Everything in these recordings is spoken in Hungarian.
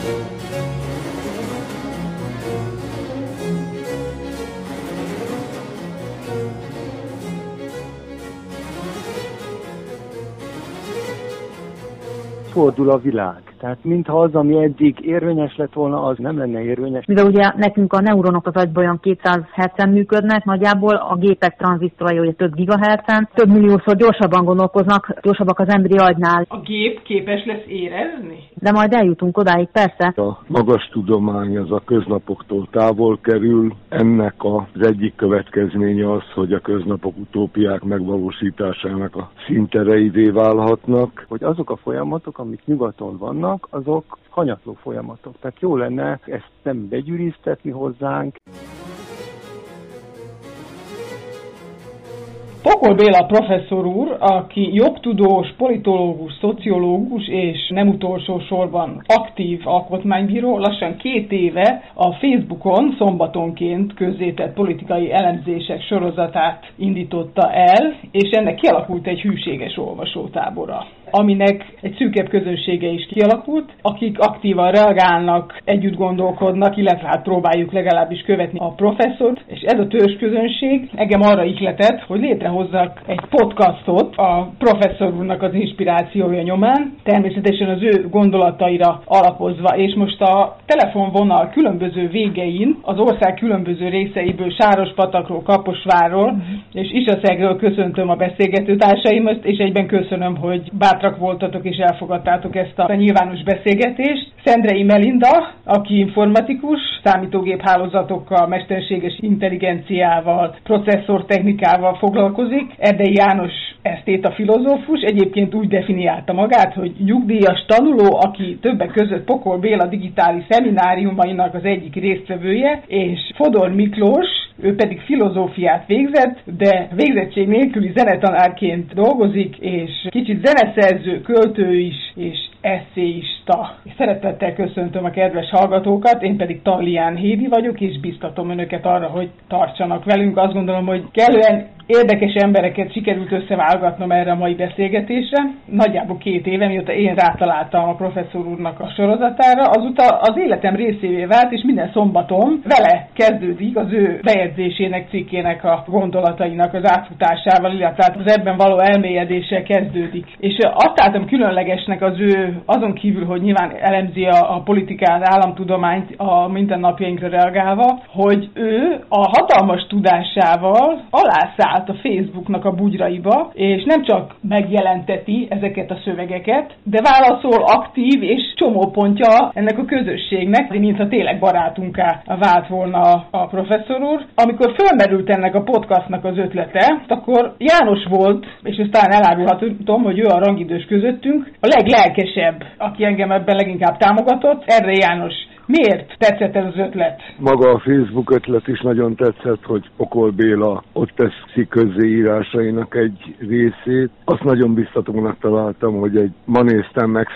Fordul a világ. Tehát mintha az, ami eddig érvényes lett volna, az nem lenne érvényes. Mivel ugye nekünk a neuronok az agyban olyan 200 Hz-en működnek, nagyjából a gépek tranzisztorai ugye több gigahertzen, több milliószor gyorsabban gondolkoznak, gyorsabbak az emberi agynál. A gép képes lesz érezni? De majd eljutunk odáig, persze. A magas tudomány az a köznapoktól távol kerül. Ennek az egyik következménye az, hogy a köznapok utópiák megvalósításának a színtereivé válhatnak. Hogy azok a folyamatok, amik nyugaton vannak, azok hanyatló folyamatok. Tehát jó lenne ezt nem begyűriztetni hozzánk. Pokol Béla professzor úr, aki jogtudós, politológus, szociológus és nem utolsó sorban aktív alkotmánybíró, lassan 2 éve a Facebookon szombatonként közzétett politikai elemzések sorozatát indította el, és ennek kialakult egy hűséges olvasótábora, aminek egy szűkebb közönsége is kialakult, akik aktívan reagálnak, együtt gondolkodnak, illetve hát próbáljuk legalábbis követni a professzort, és ez a törzsközönség engem arra ihletett, hogy létrehozzak egy podcastot a professzor úrnak az inspirációja nyomán, természetesen az ő gondolataira alapozva, és most a telefonvonal különböző végein, az ország különböző részeiből, Sárospatakról, Kaposvárról és Isaszegről köszöntöm a beszélgetőtársaimat, és egyben köszönöm, hogy bátrak voltatok és elfogadtátok ezt a nyilvános beszélgetést. Szendrei Melinda, aki informatikus, számítógép-hálózatokkal, mesterséges intelligenciával, processzortechnikával foglalkozik. Erdei János esztéta filozófus, egyébként úgy definiálta magát, hogy nyugdíjas tanuló, aki többek között Pokol Béla digitális szemináriumainak az egyik résztvevője, és Fodor Miklós, ő pedig filozófiát végzett, de végzettség nélküli zenetanárként dolgozik, és kicsit zeneszerző, költő is, és esszéista. Szeretettel köszöntöm a kedves hallgatókat, én pedig Tallián Hédi vagyok, és biztatom önöket arra, hogy tartsanak velünk. Azt gondolom, hogy kellően érdekes embereket sikerült összeválogatnom erre a mai beszélgetésre. Nagyjából 2 éve, mióta én rátaláltam a professzor úrnak a sorozatára, azóta az életem részévé vált, és minden szombaton vele kezdődik az ő bejegyzésének, cikkének a gondolatainak az átfutásával, illetve az ebben való elmélyedéssel kezdődik. És azt álltam különlegesnek az ő, azon kívül, hogy nyilván elemzi a politikát, államtudományt a mindennapjainkra reagálva, hogy ő a hatalmas tudásával alászállt a Facebooknak a bugyraiba, és nem csak megjelenteti ezeket a szövegeket, de válaszol aktív és csomópontja ennek a közösségnek, mintha tényleg barátunká vált volna a professzor úr. Amikor fölmerült ennek a podcastnak az ötlete, akkor János volt, és aztán elárulhatom, hogy ő a rangidős közöttünk, a leglelkesebb, aki engem ebben leginkább támogatott. Erre János, miért tetszett ez az ötlet? Maga a Facebook ötlet is nagyon tetszett, hogy Pokol Béla ott teszi közzé írásainak egy részét. Azt nagyon biztatónak találtam, hogy ma néztem meg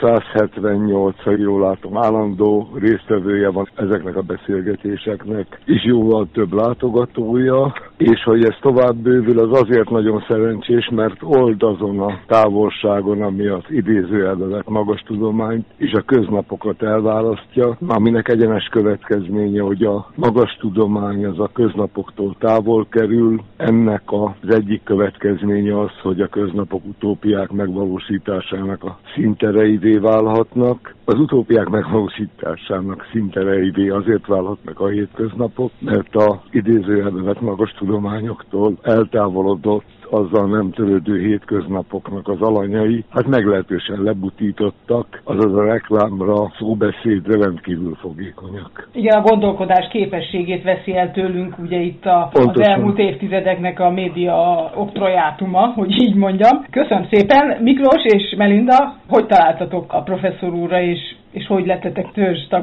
178, ha jól látom, állandó résztvevője van ezeknek a beszélgetéseknek, és jóval több látogatója, és hogy ez tovább bővül, az azért nagyon szerencsés, mert old azon a távolságon, ami az idézőjelben vett magas tudományt, és a köznapokat elválasztja, aminek egyenes következménye, hogy a magas tudomány az a köznapoktól távol kerül. Ennek az egyik következménye az, hogy a köznapok utópiák megvalósításának a színtereivé válhatnak. Az utópiák megvalósításának színtereivé azért válhatnak a hétköznapok, mert a idézőjelben vett magas tudományoktól eltávolodott, azzal nem törődő hétköznapoknak az alanyai, hát meglehetősen lebutítottak, azaz a reklámra, szóbeszédre rendkívül fogékonyak. Igen, a gondolkodás képességét veszi el tőlünk, ugye itt az elmúlt évtizedeknek a média oktrojátuma, hogy így mondjam. Köszönöm szépen, Miklós és Melinda, hogy találtatok a professzor úrra, és hogy lettetek törzstagok?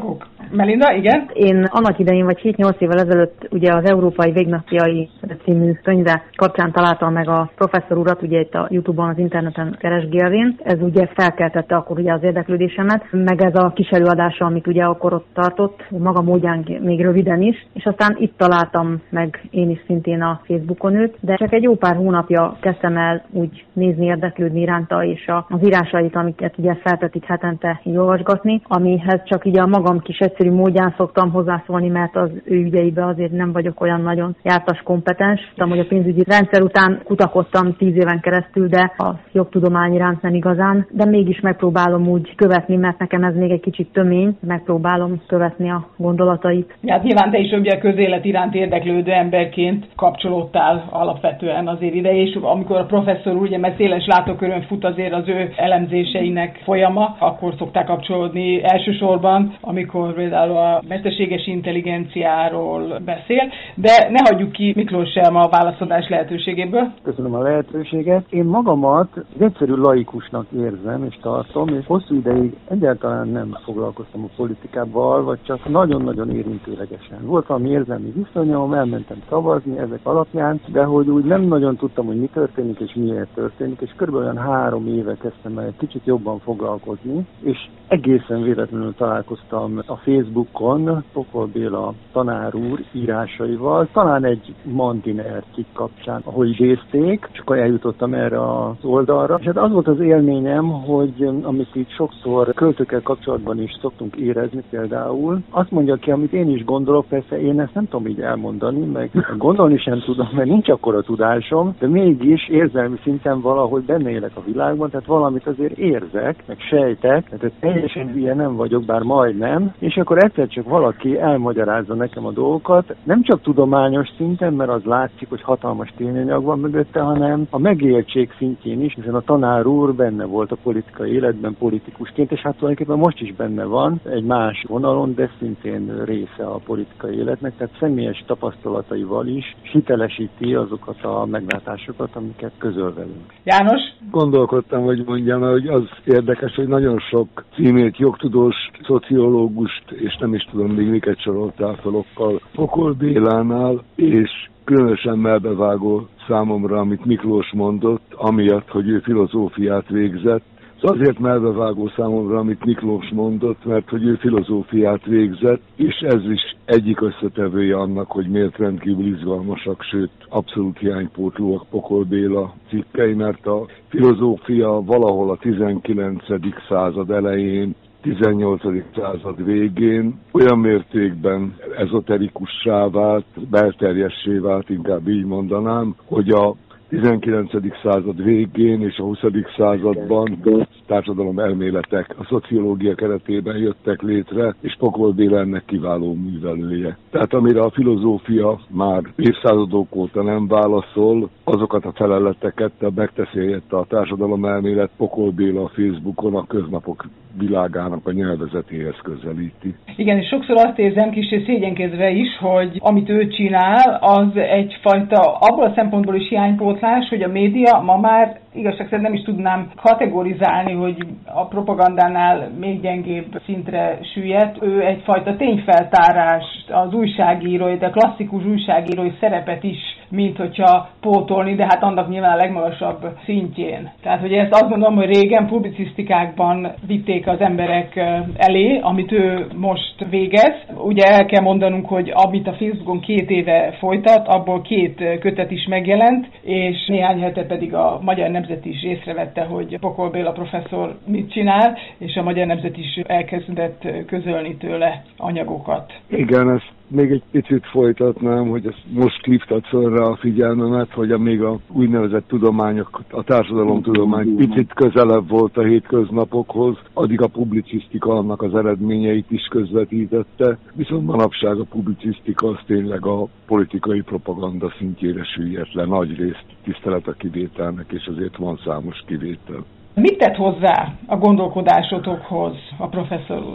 Melinda, igen? Én annak idején, vagy 7-8 évvel ezelőtt ugye az Európai Végnapjai című könyve kapcsán találtam meg a professzor urat, ugye itt a YouTube-on, az interneten keresgélvén. Ez ugye felkeltette akkor ugye az érdeklődésemet, meg ez a kis előadása, amit ugye akkor ott tartott, maga módján még röviden is, és aztán itt találtam meg én is szintén a Facebookon őt, de csak egy jó pár hónapja kezdtem el úgy nézni, érdeklődni iránta, és az írásait, amiket ugye feltetik hetente így olvasgatni, amihez csak így a magam kis egyszerű módján szoktam hozzászólni, mert az ő ügyeibe azért nem vagyok olyan nagyon jártas kompetens. Tudom, hogy a pénzügyi rendszer után kutakodtam 10 éven keresztül, de a jogtudomány iránt nem igazán, de mégis megpróbálom úgy követni, mert nekem ez még egy kicsit tömény, megpróbálom követni a gondolatait. Hát nyilván te is ugye közélet iránt érdeklődő emberként kapcsolódtál alapvetően azért ide, és amikor a professzor úr, ugye, mert széles látókörön fut azért az ő elemzéseinek folyama, akkor szokták kapcsolódni elsősorban, amikor például a mesterséges intelligenciáról beszél, de ne hagyjuk ki Miklós sem a válaszadás lehetőségéből. Köszönöm a lehetőséget. Én magamat egyszerű laikusnak érzem és tartom, és hosszú ideig egyáltalán nem foglalkoztam a politikával, vagy csak nagyon-nagyon érintőlegesen. Volt valami érzelmi viszonyom, elmentem szavazni ezek alapján, de hogy úgy nem nagyon tudtam, hogy mi történik és miért történik, és körülbelül olyan 3 éve kezdtem el egy kicsit jobban foglalkozni, és egészen véletlenül találkoztam a Facebookon Pokol Béla tanár úr írásaival, talán egy Mandiner cikk kapcsán, ahol idézték, és akkor eljutottam erre az oldalra. És hát az volt az élményem, hogy amit itt sokszor költőkkel kapcsolatban is szoktunk érezni például, azt mondja ki, amit én is gondolok, persze én ezt nem tudom így elmondani, meg gondolni sem tudom, mert nincs akkora tudásom, de mégis érzelmi szinten valahogy benne élek a világban, tehát valamit azért érzek, meg sejtek, tehát teljesen hülye nem vagyok, bár majdnem, és akkor egyszer csak valaki elmagyarázza nekem a dolgokat, nem csak tudományos szinten, mert az látszik, hogy hatalmas tényanyag van mögötte, hanem a megéltség szintjén is, hiszen a tanár úr benne volt a politikai életben politikusként, és hát tulajdonképpen most is benne van, egy más vonalon, de szintén része a politikai életnek, tehát személyes tapasztalataival is hitelesíti azokat a meglátásokat, amiket közöl velünk. János? Gondolkodtam, hogy mondjam, hogy az érdekes, hogy nagyon sok címét, jogtudós, szociológust, és nem is tudom még miket soroltál felokkal Pokol Bélánál, és különösen melbevágó számomra, amit Miklós mondott, amiatt, hogy ő filozófiát végzett. Azért melbevágó számomra, amit Miklós mondott, mert hogy ő filozófiát végzett, és ez is egyik összetevője annak, hogy miért rendkívül izgalmasak, sőt abszolút hiánypótlóak Pokol Béla cikkei, mert a filozófia valahol a 19. század elején, 18. század végén olyan mértékben ezoterikussá vált, belterjessé vált, inkább így mondanám, hogy a 19. század végén és a 20. században társadalom elméletek a szociológia keretében jöttek létre, és Pokol Béla ennek kiváló művelője. Tehát amire a filozófia már évszázadok óta nem válaszol, azokat a feleleteket megteszi helyette a társadalom elmélet, Pokol Béla a Facebookon a köznapok világának a nyelvezetéhez közelíti. Igen, és sokszor azt érzem, kicsit szégyenkezve is, hogy amit ő csinál, az egyfajta abból a szempontból is hiánypótlás, hogy a média ma már igazság szerint nem is tudnám kategorizálni, hogy a propagandánál még gyengébb szintre süllyedt. Ő egyfajta tényfeltárást, az újságírói, de klasszikus újságírói szerepet is, mint hogyha pótolni, de hát annak nyilván a legmagasabb szintjén. Tehát, hogy ezt azt gondolom, hogy régen publicisztikákban vitték az emberek elé, amit ő most végez. Ugye el kell mondanunk, hogy amit a Facebookon 2 éve folytat, abból 2 kötet is megjelent, és néhány hete pedig a Magyar Nemzet is észrevette, hogy Pokol Béla professzor mit csinál, és a Magyar Nemzet is elkezdett közölni tőle anyagokat. Igen, ezt még egy picit folytatnám, hogy ezt most hívtad föl rá a figyelmemet, hogy még a úgynevezett tudományok, a társadalomtudomány picit közelebb volt a hétköznapokhoz, addig a publicisztika annak az eredményeit is közvetítette, viszont manapság a publicisztika az tényleg a politikai propaganda szintjére süllyedt le, nagy részt tisztelet a kivételnek, és azért van számos kivétel. Mit tett hozzá a gondolkodásotokhoz a professzor úr?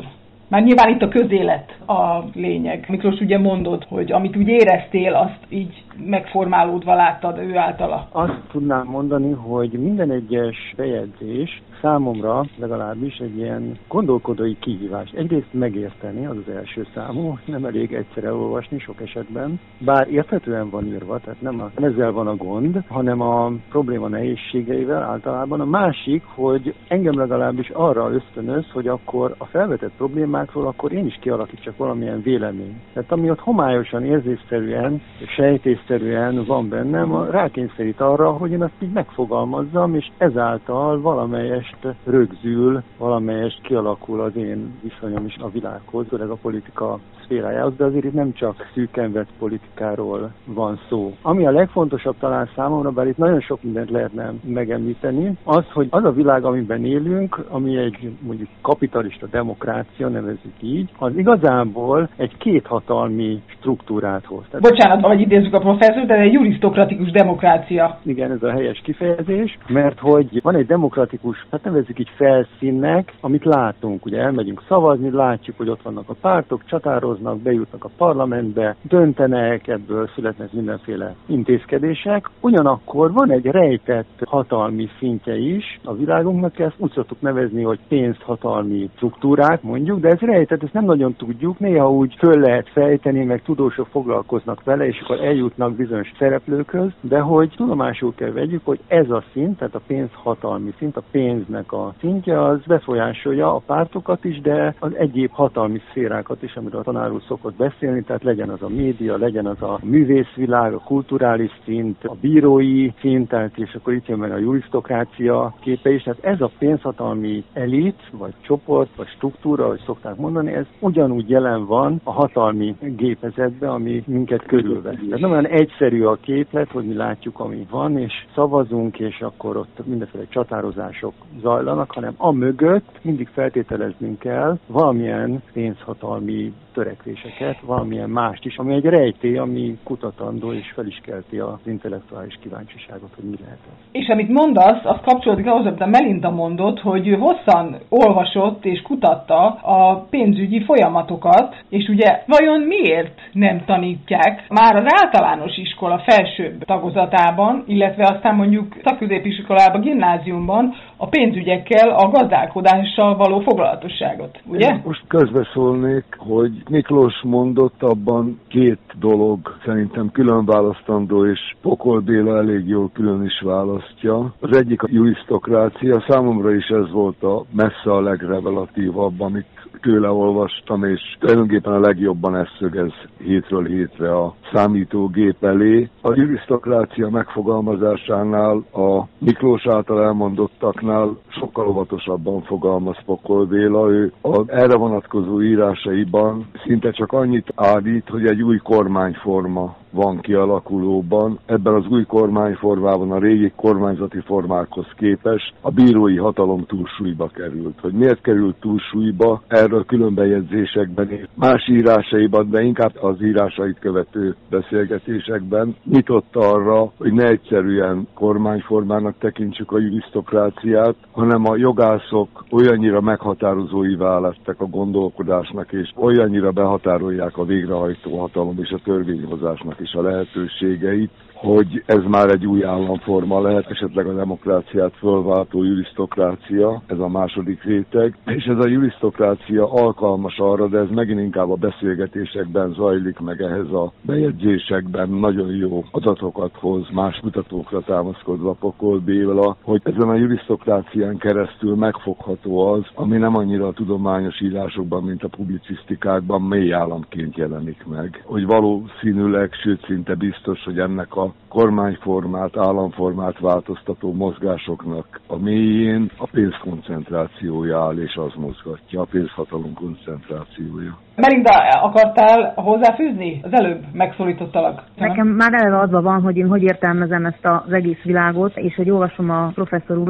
Már nyilván itt a közélet a lényeg. Miklós, ugye mondod, hogy amit úgy éreztél, azt így megformálódva láttad ő általa. Azt tudnám mondani, hogy minden egyes bejegyzés számomra legalábbis egy ilyen gondolkodói kihívás. Egyrészt megérteni, az az első számú, nem elég egyszer elolvasni sok esetben, bár érthetően van írva, tehát nem ezzel van a gond, hanem a probléma nehézségeivel általában. A másik, hogy engem legalábbis arra ösztönöz, hogy akkor a felvetett problémákról akkor én is kialakítsak valamilyen véleményt. Tehát ami ott homályosan, érzésszerűen, sejtésszerűen van bennem, rákényszerít arra, hogy én azt így megfogalmazzam, és ezáltal valamelyest rögzül, valamelyest kialakul az én viszonyom is a világhoz, főleg a politika szférájához, de azért itt nem csak szűken vett politikáról van szó. Ami a legfontosabb talán számomra, bár itt nagyon sok mindent lehetne megemlíteni, az, hogy az a világ, amiben élünk, ami egy mondjuk kapitalista demokrácia, nevezzük így, az igazából egy kéthatalmi struktúrát hoz. Bocsánat, ahogy idézzük a professzor, de egy jurisztokratikus demokrácia. Igen, ez a helyes kifejezés, mert hogy van egy demokratikus, hát nevezzük így felszínnek, amit látunk. Ugye elmegyünk szavazni, látjuk, hogy ott vannak a pártok, csatároznak, bejutnak a parlamentbe, döntenek, ebből születnek mindenféle intézkedések. Ugyanakkor van egy rejtett hatalmi szintje is a világunknak, ezt úgy szoktuk nevezni, hogy pénzhatalmi struktúrák mondjuk, de ez rejtett, ezt nem nagyon tudjuk, néha úgy föl lehet fejteni, meg tudósok foglalkoznak vele, és akkor eljutnak bizonyos szereplőkhöz, de hogy tudomásul kell vegyük, hogy ez a szint, tehát a pénzhatalmi szint, a pénznek a szintje, az befolyásolja a pártokat is, de az egyéb hatalmi szférákat is, amiről a tanár úr szokott beszélni, tehát legyen az a média, legyen az a művészvilág, a kulturális szint, a bírói szint, tehát és akkor itt jön meg a jurisztokrácia képe is, tehát ez a pénzhatalmi elit, vagy csoport, vagy struktúra, ahogy szokták mondani, ez ugyanúgy jelen van a hatalmi gépezetben, ami minket körülvesz. Tehát nem olyan egyszerű a képlet, hogy mi látjuk, ami van, és szavazunk, és akkor ott mindenféle csatározások zajlanak, hanem amögött mindig feltételeznünk kell valamilyen pénzhatalmi törekvéseket, valamilyen mást is, ami egy rejtély, ami kutatandó és fel is kelti az intellektuális kíváncsiságot, hogy mi lehet ez. És amit mondasz, az kapcsolódik ahhoz, amit a Melinda mondott, hogy ő hosszan olvasott és kutatta a pénzügyi folyamatokat, és ugye vajon miért nem tanítják már az általános iskola felsőbb tagozatában, illetve aztán mondjuk szakközépiskolában, gimnáziumban a pénzügyekkel, a gazdálkodással való foglalatosságot, ugye? Én most közbeszólnék, hogy Miklós mondott, abban két dolog szerintem külön választandó, és Pokol Béla elég jól külön is választja. Az egyik a jurisztokrácia, számomra is ez volt a messze a legrevelatívabb, amit tőle olvastam, és tulajdonképpen a legjobban ez szögez hétről hétre a számítógép elé. A jurisztokrácia megfogalmazásánál, a Miklós által elmondottaknál sokkal óvatosabban fogalmaz Pokol Béla. Ő az erre vonatkozó írásaiban szinte csak annyit állít, hogy egy új kormányforma van kialakulóban. Ebben az új kormányformában a régi kormányzati formákhoz képest a bírói hatalom túlsúlyba került. Hogy miért került túlsúlyba, erről különbejegyzésekben és más írásaiban, de inkább az írásait követő beszélgetésekben nyitott arra, hogy ne egyszerűen kormányformának tekintsük a jurisztokráciát, hanem a jogászok olyannyira meghatározóivá lettek a gondolkodásnak, és olyannyira behatárolják a végrehajtó hatalom és a törvényhozásnak is a lehetőségeit, hogy ez már egy új államforma lehet, esetleg a demokráciát fölváltó jurisztokrácia, ez a második réteg, és ez a jurisztokrácia alkalmas arra, de ez megint inkább a beszélgetésekben zajlik meg, ehhez a bejegyzésekben nagyon jó adatokat hoz, más kutatókra támaszkodva Pokol Béla, hogy ezen a jurisztokrácián keresztül megfogható az, ami nem annyira a tudományos írásokban, mint a publicisztikákban mély államként jelenik meg. Hogy valószínűleg, sőt szinte biztos, hogy ennek a kormányformát, államformát változtató mozgásoknak a mélyén a pénzkoncentrációja áll, és az mozgatja, a pénzhatalom koncentrációja. Melinda, akartál hozzáfűzni? Az előbb megszólítottalak. Nekem már eleve adva van, hogy én hogy értelmezem ezt az egész világot, és hogy olvasom a professzor urat. Nekem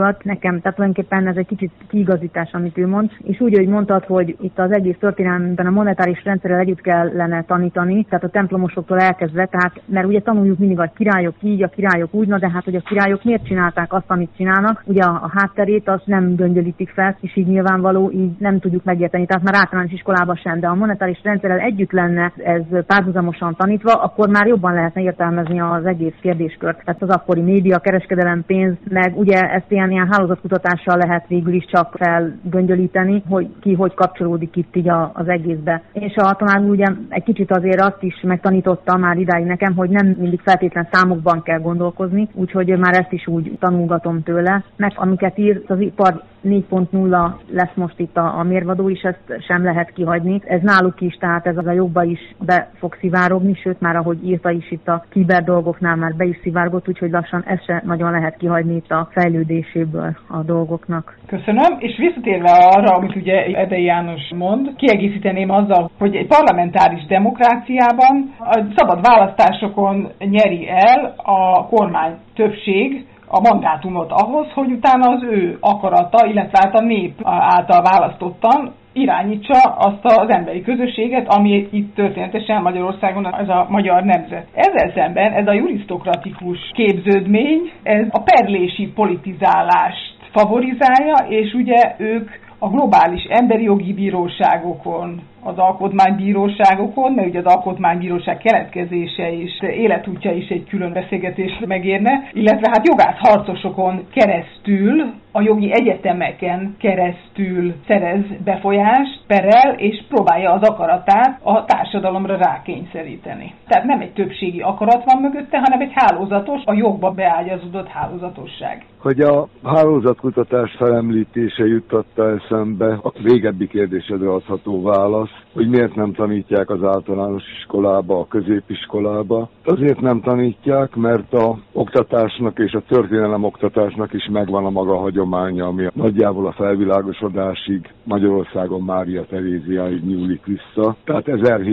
nekem, tehát tulajdonképpen ez egy kicsit kiigazítás, amit ő mond, és úgy, hogy mondtad, hogy itt az egész történelemben a monetáris rendszerrel együtt kellene tanítani, tehát a templomosoktól elkezdve, tehát mert ugye tanuljuk mindig a királyok így, a királyok úgy, na de hát hogy a királyok miért csinálták azt, amit csinálnak, ugye a hátterét azt nem göngyölítik fel, és így nyilvánvaló, így nem tudjuk megérteni, tehát már általános iskolában sem, de a monetáris rendszerrel együtt lenne ez párhuzamosan tanítva, akkor már jobban lehetne értelmezni az egész kérdéskört. Tehát az akkori média, kereskedelem, pénz, meg ugye ezt ilyen hálózatkutatással lehet végül is csak felgöngyölíteni, hogy ki hogy kapcsolódik itt így az egészbe. És a tanár ugye egy kicsit azért azt is megtanította már idáig nekem, hogy nem mindig feltétlen számokban kell gondolkozni, úgyhogy már ezt is úgy tanulgatom tőle. Meg amiket írt, az ipar 4.0 lesz most itt a mérvadó is, ezt sem lehet kihagyni. Ez náluk is, tehát ez az a jogba is be fog szivárogni, sőt már ahogy írta is itt a kiber dolgoknál már be is szivárgott, úgyhogy lassan ezt se nagyon lehet kihagyni itt a fejlődéséből a dolgoknak. Köszönöm, és visszatérve arra, amit ugye Erdei János mond, kiegészíteném azzal, hogy egy parlamentáris demokráciában a szabad választásokon nyeri el a kormány többség a mandátumot ahhoz, hogy utána az ő akarata, illetve a nép által választottan irányítsa azt az emberi közösséget, ami itt történetesen Magyarországon ez a magyar nemzet. Ezzel szemben ez a jurisztokratikus képződmény, ez a perlési politizálást favorizálja, és ugye ők a globális emberi jogi bíróságokon, az alkotmánybíróságokon, mert ugye az alkotmánybíróság keletkezése és életútja is egy külön beszélgetést megérne, illetve hát jogászharcosokon keresztül, a jogi egyetemeken keresztül szerez befolyást, perel, és próbálja az akaratát a társadalomra rákényszeríteni. Tehát nem egy többségi akarat van mögötte, hanem egy hálózatos, a jogba beágyazódott hálózatosság. Hogy a hálózatkutatás felemlítése juttatta eszembe a régebbi kérdésedre adható válasz, hogy miért nem tanítják az általános iskolába, a középiskolába. Azért nem tanítják, mert a oktatásnak és a történelem oktatásnak is megvan a maga hagyománya, ami nagyjából a felvilágosodásig Magyarországon Mária Teréziáig nyúlik vissza. Tehát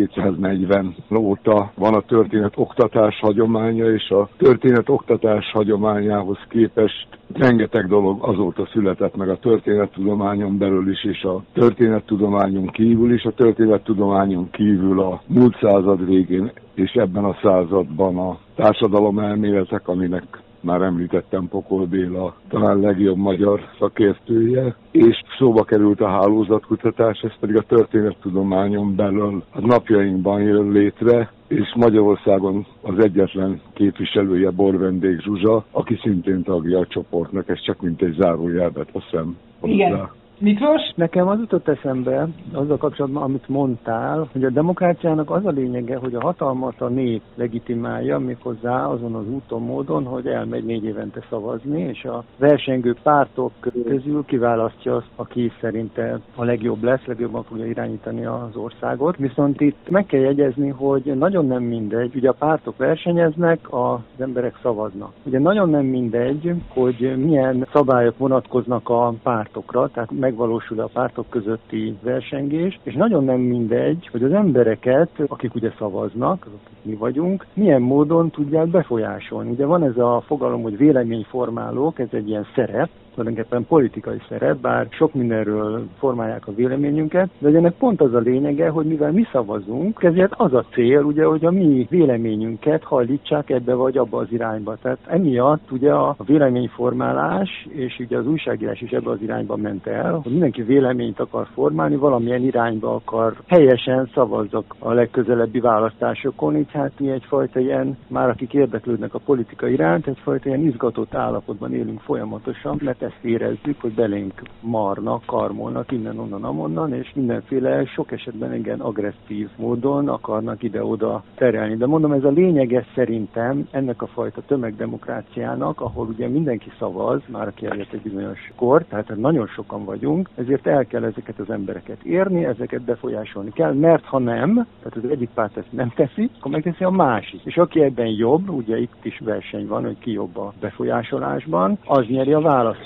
1740 óta van a történet oktatás hagyománya, és a történet oktatás hagyományához képest rengeteg dolog azóta született meg a történettudományon belül is, és a történettudományon kívül is. A történettudományon kívül a múlt század végén és ebben a században a társadalomelméletek, aminek már említettem, Pokol Béla talán legjobb magyar szakértője, és szóba került a hálózatkutatás, ez pedig a történettudományon belül a napjainkban jön létre, és Magyarországon az egyetlen képviselője Borvendék Zsuzsa, aki szintén tagja a csoportnak, ez csak mint egy zárójelbe teszem hozzá. Igen. Miklós? Nekem az jutott eszembe, azzal kapcsolatban, amit mondtál, hogy a demokráciának az a lényege, hogy a hatalmat a nép legitimálja, méghozzá azon az úton, módon, hogy elmegy 4 évente szavazni, és a versengő pártok közül kiválasztja azt, aki szerinte a legjobb lesz, legjobban fogja irányítani az országot. Viszont itt meg kell jegyezni, hogy nagyon nem mindegy, ugye a pártok versenyeznek, az emberek szavaznak. Ugye nagyon nem mindegy, hogy milyen szabályok vonatkoznak a pártokra, tehát megvalósul a pártok közötti versengés, és nagyon nem mindegy, hogy az embereket, akik ugye szavaznak, azok mi vagyunk, milyen módon tudják befolyásolni. Ugye van ez a fogalom, hogy véleményformálók, ez egy ilyen szerep, tulajdonképpen politikai szerep, bár sok mindenről formálják a véleményünket, de ennek pont az a lényege, hogy mivel mi szavazunk, ezért az a cél, ugye, hogy a mi véleményünket hajlítsák ebbe vagy abba az irányba. Tehát emiatt ugye a véleményformálás és ugye az újságírás is ebbe az irányba ment el, hogy mindenki véleményt akar formálni, valamilyen irányba akar helyesen szavazzak a legközelebbi választásokon, így hát mi egyfajta ilyen, már akik érdeklődnek a politika iránt, egyfajta ilyen izgatott állapotban élünk folyamatosan, mert ezt érezzük, hogy belénk marnak, karmolnak innen-onnan, amonnan, és mindenféle sok esetben igen agresszív módon akarnak ide-oda terelni. De mondom, ez a lényege szerintem ennek a fajta tömegdemokráciának, ahol ugye mindenki szavaz, már aki elért egy bizonyos kor, tehát nagyon sokan vagyunk, ezért el kell ezeket az embereket érni, ezeket befolyásolni kell, mert ha nem, tehát az egyik párt ezt nem teszi, akkor megteszi a másik. És aki ebben jobb, ugye itt is verseny van, hogy ki jobb a befolyásolásban, az nyeri a választást.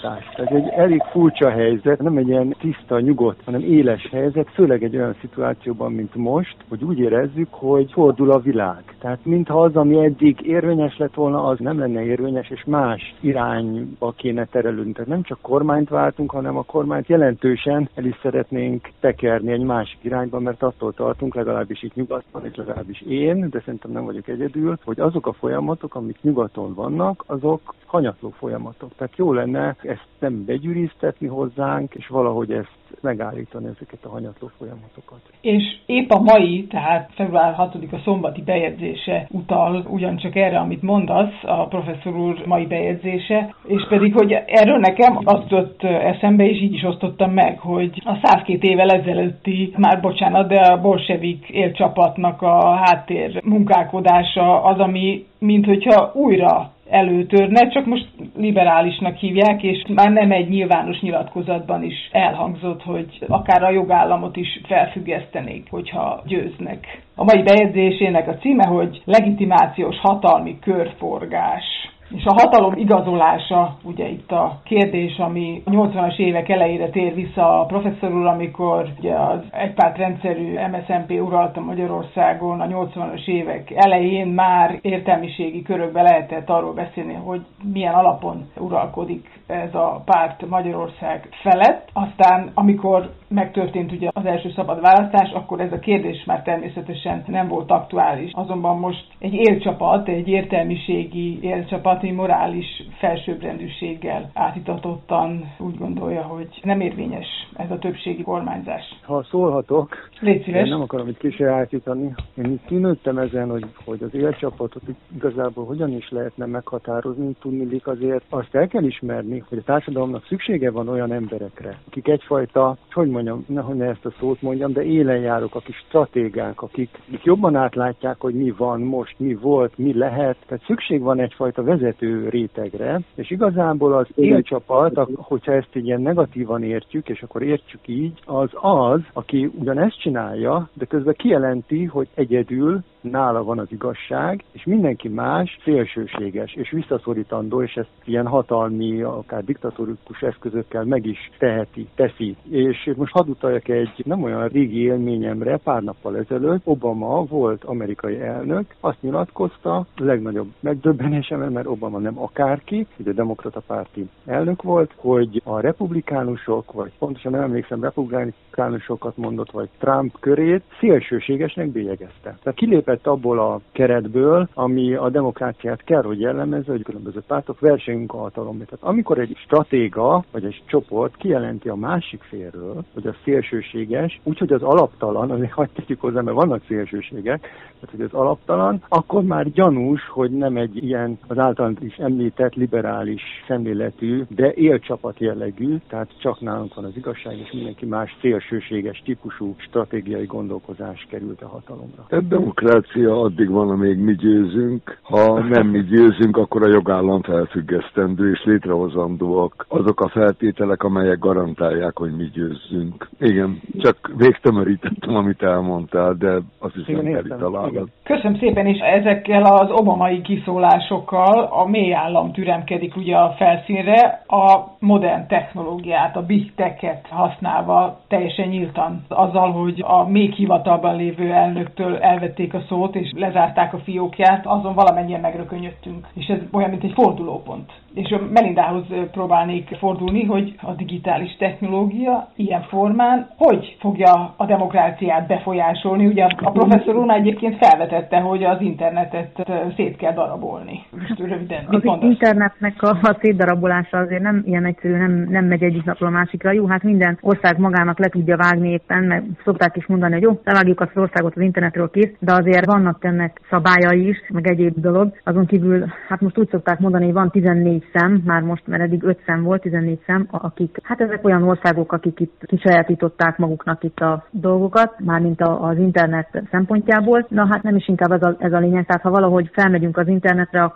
választás. Ez egy elég furcsa helyzet, nem egy ilyen tiszta, nyugodt, hanem éles helyzet, főleg egy olyan szituációban, mint most, hogy úgy érezzük, hogy fordul a világ. Tehát mintha az, ami eddig érvényes lett volna, az nem lenne érvényes, és más irányba kéne terelődni. Tehát nem csak kormányt váltunk, hanem a kormányt jelentősen el is szeretnénk tekerni egy másik irányba, mert attól tartunk, legalábbis itt nyugaton, és legalábbis én, de szerintem nem vagyok egyedül, hogy azok a folyamatok, amik nyugaton vannak, azok hanyatló folyamatok. Tehát jó lenne ezt nem begyűriztetni hozzánk, és valahogy ezt megállítani, ezeket a hanyatló folyamatokat. És épp a mai, tehát február 6-a szombati bejegyzése utal ugyancsak erre, amit mondasz, a professzor úr mai bejegyzése, és pedig, hogy erről nekem azt jött eszembe, és így is osztottam meg, hogy a 102 évvel ezelőtti, már bocsánat, de a bolsevik élcsapatnak a háttér munkálkodása az, ami minthogyha újra előtörne, csak most liberálisnak hívják, és már nem egy nyilvános nyilatkozatban is elhangzott, hogy akár a jogállamot is felfüggesztenék, hogyha győznek. A mai bejegyzésének a címe, hogy legitimációs hatalmi körforgás. És a hatalom igazolása, ugye itt a kérdés, ami a 80-as évek elejére tér vissza a professzor úr, amikor ugye az egypártrendszerű MSZNP uralta Magyarországon a 80-as évek elején már értelmiségi körökben lehetett arról beszélni, hogy milyen alapon uralkodik ez a párt Magyarország felett. Aztán, amikor megtörtént ugye az első szabad választás, akkor ez a kérdés már természetesen nem volt aktuális. Azonban most egy élcsapat, egy értelmiségi élcsapat, morális felsőbbrendűséggel átítatottan úgy gondolja, hogy nem érvényes ez a többségi kormányzás. Ha szólhatok, légy szíves. Én nem akarom itt kisajátítani. Én itt kinőttem ezen, hogy az élcsapatot igazából hogyan is lehetne meghatározni, tudniillik azért azt el kell ismerni, hogy a társadalomnak szüksége van olyan emberekre, akik egyfajta, hogy mondjam, nehogy ne ezt a szót mondjam, de élenjárók, akik stratégák, akik jobban átlátják, hogy mi van most, mi volt, mi lehet. Tehát szükség van egyfajta vezető rétegre, és igazából az élcsapat, hogyha ezt ilyen negatívan értjük, és akkor értjük így, az, aki ugyanezt csinálja, de közben kijelenti, hogy egyedül nála van az igazság, és mindenki más szélsőséges és visszaszorítandó, és ezt ilyen hatalmi, akár diktatórikus eszközökkel meg is teszi. És most hadd utaljak egy nem olyan régi élményemre, pár nappal ezelőtt Obama volt amerikai elnök, azt nyilatkozta, a legnagyobb megdöbbenésemben, mert Obama nem akárki, ugye demokrata párti elnök volt, hogy a republikánusok, vagy pontosan nem emlékszem, republikánusokat mondott, vagy Trump körét szélsőségesnek bélyegezte. Tehát kilépett abból a keretből, ami a demokráciát kell, hogy jellemezze, hogy különböző pártok versenyünk a hatalomba. Tehát amikor egy stratéga, vagy egy csoport kijelenti a másik félről, hogy az szélsőséges, úgyhogy az alaptalan, azért hadd tegyük hozzá, mert vannak szélsőségek, tehát hogy az alaptalan, akkor már gyanús, hogy nem egy ilyen az általán is említett liberális szemléletű, de élcsapat jellegű, tehát csak nálunk van az igazság, és mindenki más szélsőséges típusú stratégiai gondolkozás került a hatalomra. A demokrácia addig van, amíg mi győzünk. Ha nem mi győzünk, akkor a jogállam felfüggesztendő és létrehozandóak azok a feltételek, amelyek garantálják, hogy mi győzzünk. Igen, csak végtömörítettem, amit elmondtál, de azt hiszem teli találat. Köszönöm szépen, és ezekkel az obamai kiszólásokkal a mély állam türemkedik ugye a felszínre, a modern technológiát, a big tech-et használva teljesen nyíltan. Azzal, hogy a még hivatalban lévő elnöktől elvették a szót és lezárták a fiókját, azon valamennyien megrökönyödtünk. És ez olyan, mint egy fordulópont. És Melindához próbálnék fordulni, hogy a digitális technológia ilyen formán hogy fogja a demokráciát befolyásolni. Ugye a professzor úr egyébként felvetette, hogy az internetet szét kell darabolni. Most röviden, mit mondasz? Az internetnek a szétdarabolása azért nem ilyen egyszerű, nem megy egyik napról a másikra. Jó, hát minden ország magának le tudja vágni éppen, meg szokták is mondani, hogy jó, levágjuk azt az országot az internetről kész, de azért vannak ennek szabályai is, meg egyéb dolog. Azon kívül, hát most úgy szokták mondani, hogy van 14 szem, már most, mert eddig 5 szem volt, 14 szem, akik, hát ezek olyan országok, akik itt kisajátították maguknak itt a dolgokat, mármint az internet szempontjából. Na hát nem is inkább ez a lényeg, tehát ha valahogy felmegyünk az internetre, akkor ott mindenki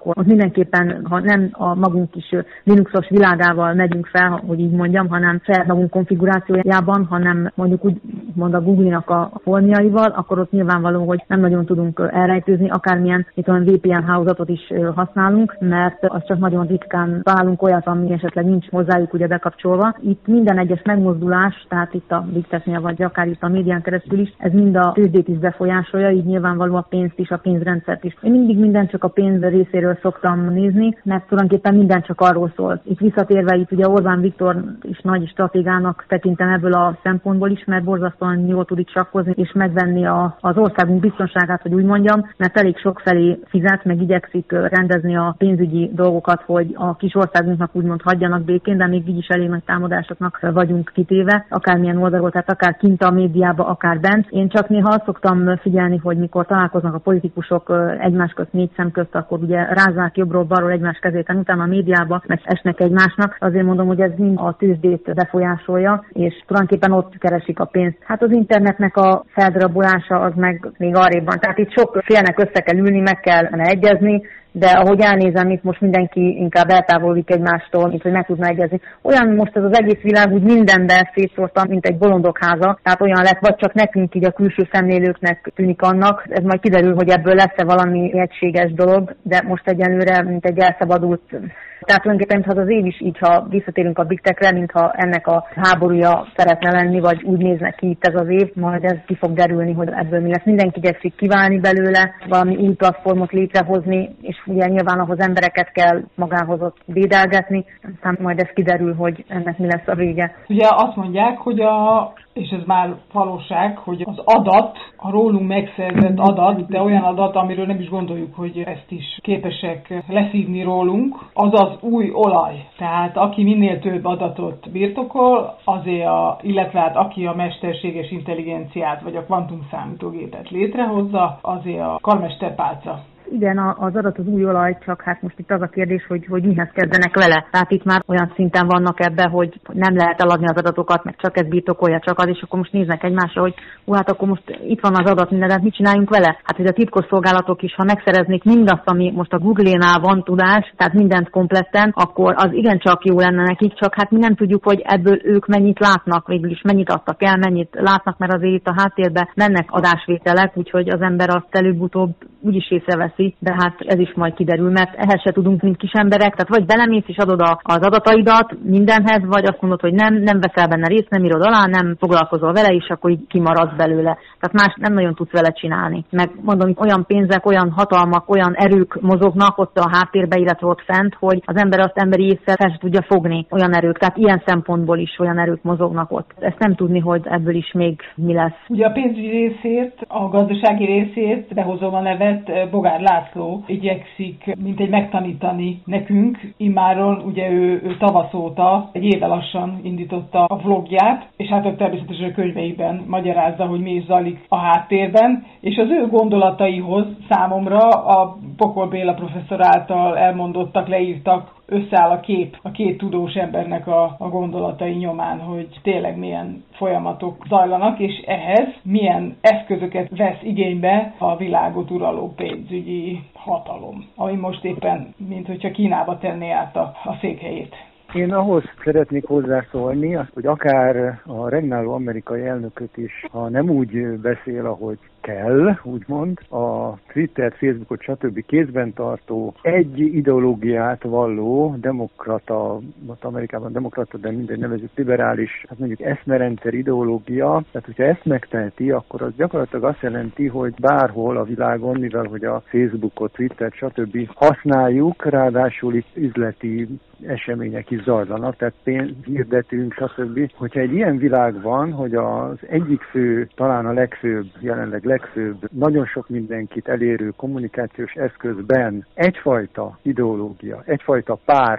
mindenképpen, ha nem a magunk is Linuxos világával megyünk fel, hogy így mondjam, hanem saját magunk konfigurációjában, hanem mondjuk úgy mond a Google-nak a formiaival, akkor ott nyilvánvaló, hogy nem nagyon tudunk elrejtőzni, akármilyen itt olyan VPN hálózatot is használunk, mert az csak nagyon ritkán találunk olyat, ami esetleg nincs hozzájuk ugye bekapcsolva. Itt minden egyes megmozdulás, tehát itt a Big Tech-nél vagy akár itt a médián keresztül is, ez mind a tőzsdét is befolyásolja, így nyilvánvaló a pénzt is, a pénzrendszert is. Én mindig minden csak a pénz részéről szoktam nézni, mert tulajdonképpen minden csak arról szól. Itt visszatérve, itt ugye Orbán Viktor is nagy stratégának tekintem ebből a szempontból is, mert borzasztóan jól tud itt sakkozni és megvenni az országunk biztonságát, hogy úgy mondjam, mert elég sok felé fizet, meg igyekszik rendezni a pénzügyi dolgokat, hogy a kis országunknak úgymond hagyjanak békén, de még így is elég nagy támadásoknak vagyunk kitéve, akármilyen oldalról, tehát akár kint a médiába, akár bent. Én csak néha azt szoktam figyelni, hogy mikor találkoznak a politikusok egymás közt, négy szem közt, akkor ugye rázzák jobbról-balról egymás kezét, utána a médiába, meg esnek egymásnak. Azért mondom, hogy ez mind a tőzsdét befolyásolja, és tulajdonképpen ott keresik a pénzt. Hát az internetnek a feldarabolása az meg még arrébb van. Tehát itt sok félnek össze kell ülni, meg kellene egyezni, de ahogy elnézem, itt most mindenki inkább eltávolodik egymástól, mint hogy meg tudna egyezni. Olyan most ez az egész világ úgy mindenben szétszórtan, mint egy bolondok háza, tehát olyan lett, vagy csak nekünk így a külső szemlélőknek tűnik annak. Ez majd kiderül, hogy ebből lesz-e valami egységes dolog, de most egyelőre, mint egy elszabadult. Tehát tulajdonképpen, mintha az év is így, ha visszatérünk a Big Tech-re, mintha ennek a háborúja szeretne lenni, vagy úgy néznek ki itt ez az év, majd ez ki fog derülni, hogy ebből mi lesz. Mindenki igyekszik kiválni belőle, valami új platformot létrehozni, és ugye nyilván ahhoz embereket kell magához ott védelgetni, aztán majd ez kiderül, hogy ennek mi lesz a vége. Ugye azt mondják, hogy és ez már valóság, hogy az adat, a rólunk megszerzett adat, de olyan adat, amiről nem is gondoljuk, hogy ezt is képesek leszívni rólunk, az az új olaj. Tehát aki minél több adatot birtokol, azért illetve hát aki a mesterséges intelligenciát vagy a kvantumszámítógépet létrehozza, azért a karmesterpálca. Igen, az adat az új olaj, csak hát most itt az a kérdés, hogy mihez kezdenek vele. Tehát itt már olyan szinten vannak ebbe, hogy nem lehet eladni az adatokat, meg csak ez birtokolja, csak az, és akkor most néznek egymásra, hogy hát akkor most itt van az adat, mindent, mit csináljunk vele? Hát, hogy a titkosszolgálatok is, ha megszereznék mindazt, ami most a Google-nál van tudás, tehát mindent kompletten, akkor az igencsak jó lenne nekik, csak hát mi nem tudjuk, hogy ebből ők mennyit látnak, végül is mennyit adtak el, mennyit látnak, mert azért itt a háttérben mennek adásvételek, úgyhogy az ember azt előbb-utóbb úgyis észreveszi, de hát ez is majd kiderül, mert ehhez se tudunk, mint kis emberek, tehát vagy belemész és adod az adataidat mindenhez, vagy azt mondod, hogy nem veszel benne részt, nem írod alá, nem foglalkozol vele, és akkor így kimaradsz belőle. Tehát más nem nagyon tudsz vele csinálni. Meg mondom, olyan pénzek, olyan hatalmak, olyan erők mozognak ott a háttérbe, illetve ott fent, hogy az ember azt emberi észre fel se tudja fogni, olyan erők. Tehát ilyen szempontból is olyan erők mozognak ott. Ezt nem tudni, hogy ebből is még mi lesz. Ugye a pénzügyi részét, a gazdasági részét, behozom a nevet, Bogár László igyekszik mintegy megtanítani nekünk. Immáron ugye ő tavasz óta, egy éve lassan indította a vlogját, és hát természetesen a könyveiben magyarázza, hogy mi is zajlik a háttérben, és az ő gondolataihoz számomra a Pokol Béla professzor által elmondottak, leírtak, összeáll a kép a két tudós embernek a gondolatai nyomán, hogy tényleg milyen folyamatok zajlanak, és ehhez milyen eszközöket vesz igénybe a világot uraló pénzügyi hatalom, ami most éppen, mint hogyha Kínába tenné át a székhelyét. Én ahhoz szeretnék hozzászólni, azt, hogy akár a regnáló amerikai elnököt is, ha nem úgy beszél, ahogy kell, úgymond, a Twitter, Facebookot, stb. Kézben tartó, egy ideológiát valló demokrata, most Amerikában demokrata, de mindegy nevezzük liberális, hát mondjuk eszmerendszer ideológia, tehát hogyha ezt megteheti, akkor az gyakorlatilag azt jelenti, hogy bárhol a világon, mivel hogy a Facebookot, Twittert, stb. Használjuk, ráadásul itt üzleti események is zajlanak, tehát pénzt hirdetünk, stb. Hogyha egy ilyen világ van, hogy az egyik fő, talán a legfőbb, jelenleg legfőbb, nagyon sok mindenkit elérő kommunikációs eszközben egyfajta ideológia, egyfajta párt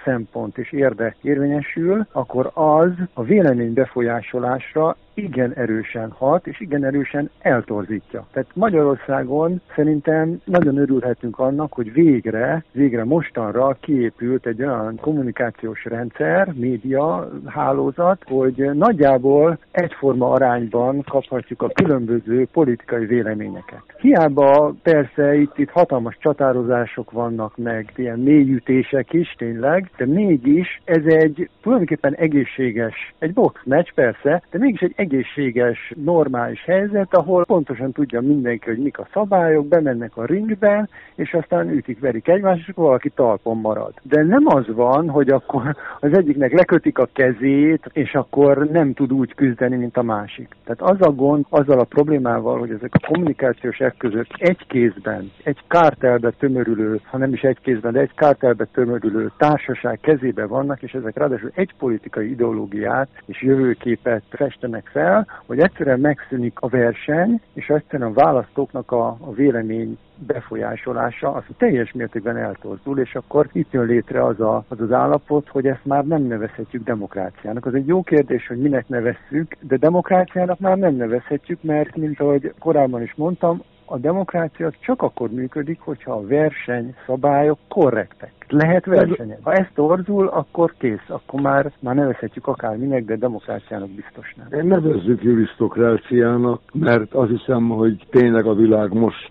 szempont és érdek érvényesül, akkor az a vélemény befolyásolásra igen erősen hat, és igen erősen eltorzítja. Tehát Magyarországon szerintem nagyon örülhetünk annak, hogy végre mostanra kiépült egy olyan kommunikációs rendszer, média hálózat, hogy nagyjából egyforma arányban kaphatjuk a különböző politikai véleményeket. Hiába persze itt hatalmas csatározások vannak, meg ilyen mélyütések is tényleg, de mégis ez egy tulajdonképpen egészséges, egy boxmeccs persze, de mégis egy egészséges, normális helyzet, ahol pontosan tudja mindenki, hogy mik a szabályok, bemennek a ringbe, és aztán ütik-verik egymást, és valaki talpon marad. De nem az van, hogy akkor az egyiknek lekötik a kezét, és akkor nem tud úgy küzdeni, mint a másik. Tehát az a gond, azzal a problémával, hogy ezek a kommunikációs eszközök egy kézben, egy kártelbe tömörülő, ha nem is egy kézben, de egy kártelbe tömörülő társaság kezébe vannak, és ezek ráadásul egy politikai ideológiát és jövőképet festenek fel, hogy egyszerűen megszűnik a verseny, és egyszerűen a választóknak a vélemény befolyásolása az teljes mértékben eltorzul, és akkor itt jön létre az állapot, hogy ezt már nem nevezhetjük demokráciának. Az egy jó kérdés, hogy minek nevezzük, de demokráciának már nem nevezhetjük, mert, mint ahogy korábban is mondtam, a demokrácia csak akkor működik, hogyha a versenyszabályok korrektek. Lehet versenyezni. Ha ez torzul, akkor kész, akkor már nevezhetjük akárminek, de demokráciának biztos nem. Én nevezzük jurisztokráciának, mert azt hiszem, hogy tényleg a világ most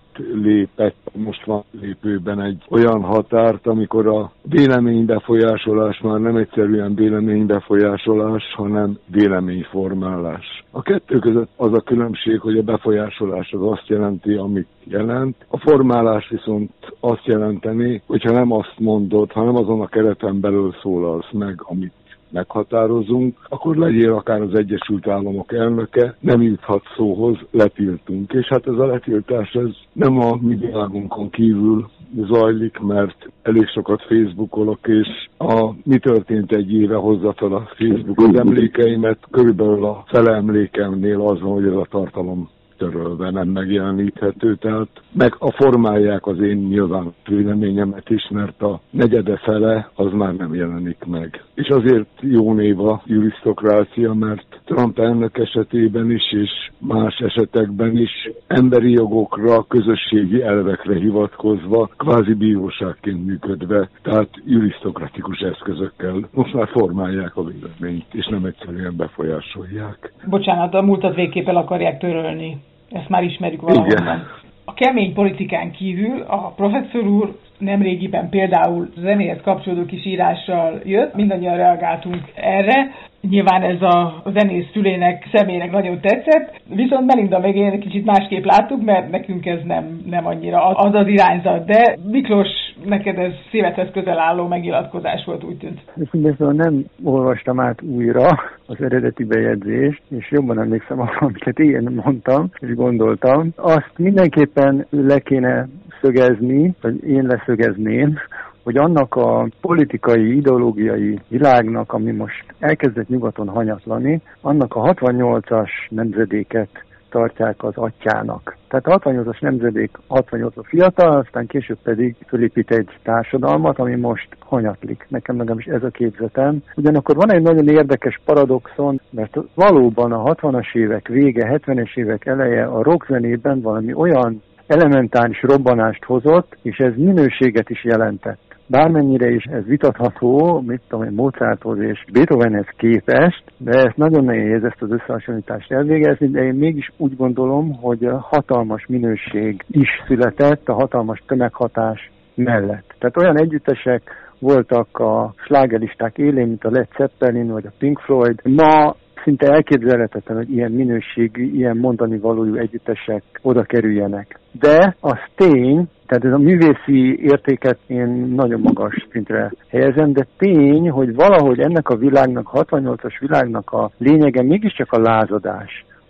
van lépőben egy olyan határt, amikor a véleménybefolyásolás már nem egyszerűen véleménybefolyásolás, hanem véleményformálás. A kettő között az a különbség, hogy a befolyásolás az azt jelenti, amit jelent. A formálás viszont azt jelenteni, hogyha nem azt mondod, hanem azon a kereten belül szólalsz meg, amit meghatározunk, akkor legyél akár az Egyesült Államok elnöke, nem juthat szóhoz, letiltunk. És hát ez a letiltás ez nem a mi világunkon kívül zajlik, mert elég sokat Facebookolok, és mi történt egy éve hozza fel a Facebook az emlékeimet, körülbelül a fele emlékemnél az van, hogy ez a tartalom törölve, nem megjeleníthető, tehát meg a formálják az én nyilván véleményemet is, mert a negyede fele az már nem jelenik meg. És azért jó név a jurisztokrácia, mert Trump elnök esetében is, és más esetekben is emberi jogokra, közösségi elvekre hivatkozva, kvázi bíróságként működve, tehát jurisztokratikus eszközökkel most már formálják a véleményt, és nem egyszerűen befolyásolják. Bocsánat, a múltat végképp el akarják törölni. Ezt már ismerjük valahonnan. A kemény politikán kívül a professzor úr nemrégiben például zenéhez kapcsolódó kis írással jött, mindannyian reagáltunk erre. Nyilván ez a zenész fülének, személynek nagyon tetszett, viszont Melinda meg én kicsit másképp láttuk, mert nekünk ez nem annyira az irányzat. De Miklós, neked ez szívedhez közel álló megnyilatkozás volt, úgy tűnt. Szóval nem olvastam át újra az eredeti bejegyzést, és jobban emlékszem arra, amiket én mondtam, és gondoltam. Azt mindenképpen le kéne szögezni, vagy én leszögezném, hogy annak a politikai, ideológiai világnak, ami most elkezdett nyugaton hanyatlani, annak a 68-as nemzedéket tartják az atyának. Tehát a 68-as nemzedék 68 a fiatal, aztán később pedig fölépít egy társadalmat, ami most hanyatlik. Nekem legalábbis ez a képzetem. Ugyanakkor van egy nagyon érdekes paradoxon, mert valóban a 60-as évek vége, 70-es évek eleje a rockzenében valami olyan elementáris robbanást hozott, és ez minőséget is jelentett. Bármennyire is ez vitatható, mit tudom én, Mozarthoz és Beethovenhez képest, de ezt nagyon nehéz ezt az összehasonlítást elvégezni, de én mégis úgy gondolom, hogy hatalmas minőség is született a hatalmas tömeghatás mellett. Tehát olyan együttesek voltak a slágerlisták élén, mint a Led Zeppelin vagy a Pink Floyd. Ma szinte elképzelhetetlen, hogy ilyen minőségű, ilyen mondani valójú együttesek oda kerüljenek. De az tény, tehát ez a művészi értéket én nagyon magas szintre helyezem, de tény, hogy valahogy ennek a világnak, 68-as világnak a lényege mégiscsak a lázadás.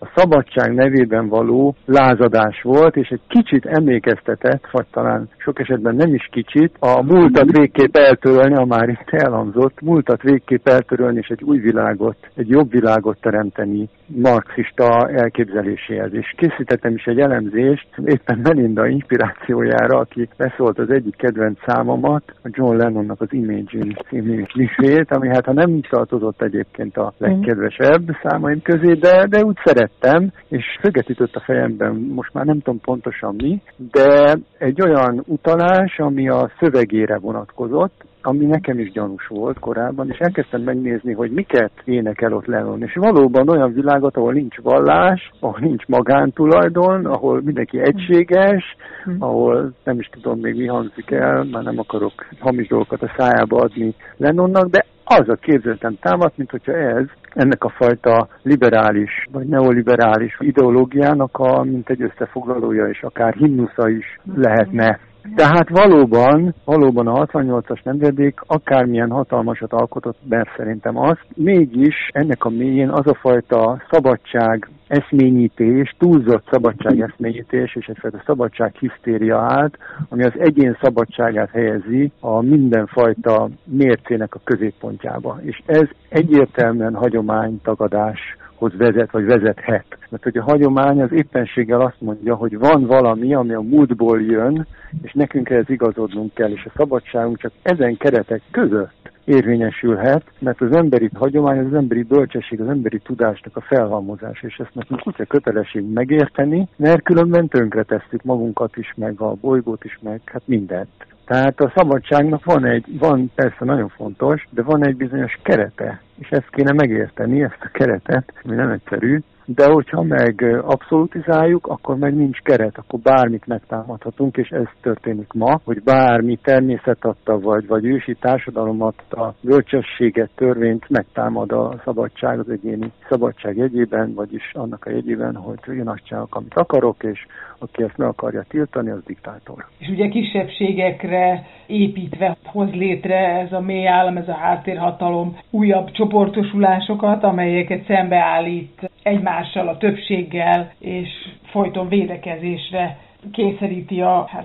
a szabadság nevében való lázadás volt, és egy kicsit emlékeztetett, vagy talán sok esetben nem is kicsit, a múltat végképp eltörölni, a már itt elhangzott, múltat végképp eltörölni, és egy új világot, egy jobb világot teremteni marxista elképzeléséhez. És készítettem is egy elemzést, éppen Melinda inspirációjára, aki beszólt az egyik kedvenc számomat, a John Lennonnak az Imagine című misét, ami hát ha nem tartozott egyébként a legkedvesebb számaim közé, de úgy szerettem, és szöget ütött a fejemben, most már nem tudom pontosan mi, de egy olyan utalás, ami a szövegére vonatkozott, ami nekem is gyanús volt korábban, és elkezdtem megnézni, hogy miket énekel ott Lennon. És valóban olyan világot, ahol nincs vallás, ahol nincs magántulajdon, ahol mindenki egységes, ahol nem is tudom még mi hangzik el, már nem akarok hamis dolgokat a szájába adni Lennonnak, de az a képzeletem támadt, mint hogyha ennek a fajta liberális vagy neoliberális ideológiának mint egy összefoglalója és akár himnusza is lehetne. Tehát valóban a 68-as nemzedék akármilyen hatalmasat alkotott, mert szerintem azt, mégis ennek a mélyén az a fajta szabadság eszményítés, túlzott szabadság eszményítés és egyfajta szabadság hisztéria állt, ami az egyén szabadságát helyezi a mindenfajta mércének a középpontjába. És ez egyértelműen hagyománytagadáshoz vezet, vagy vezethet. Mert hogy a hagyomány az éppenséggel azt mondja, hogy van valami, ami a múltból jön, és nekünk ehhez igazodnunk kell, és a szabadságunk csak ezen keretek között érvényesülhet, mert az emberi hagyomány, az emberi bölcsesség, az emberi tudásnak a felhalmozás, és ezt nekünk kutya kötelesség megérteni, mert különben tönkretesszük magunkat is, meg a bolygót is, meg hát mindent. Tehát a szabadságnak van persze nagyon fontos, de van egy bizonyos kerete, és ezt kéne megérteni, ezt a keretet, ami nem egyszerű, de hogyha meg abszolutizáljuk, akkor meg nincs keret, akkor bármit megtámadhatunk, és ez történik ma, hogy bármi természet adta, vagy ősi társadalomat, a bölcsességet, törvényt megtámad a szabadság, az egyéni szabadság jegyében, vagyis annak a jegyében, hogy én azt csinálok, amit akarok, és aki ezt meg akarja tiltani, az diktátor. És ugye kisebbségekre építve hoz létre ez a mély állam, ez a háttérhatalom újabb csoportosulásokat, amelyeket szembeállít egymással, a többséggel, és folyton védekezésre kényszeríti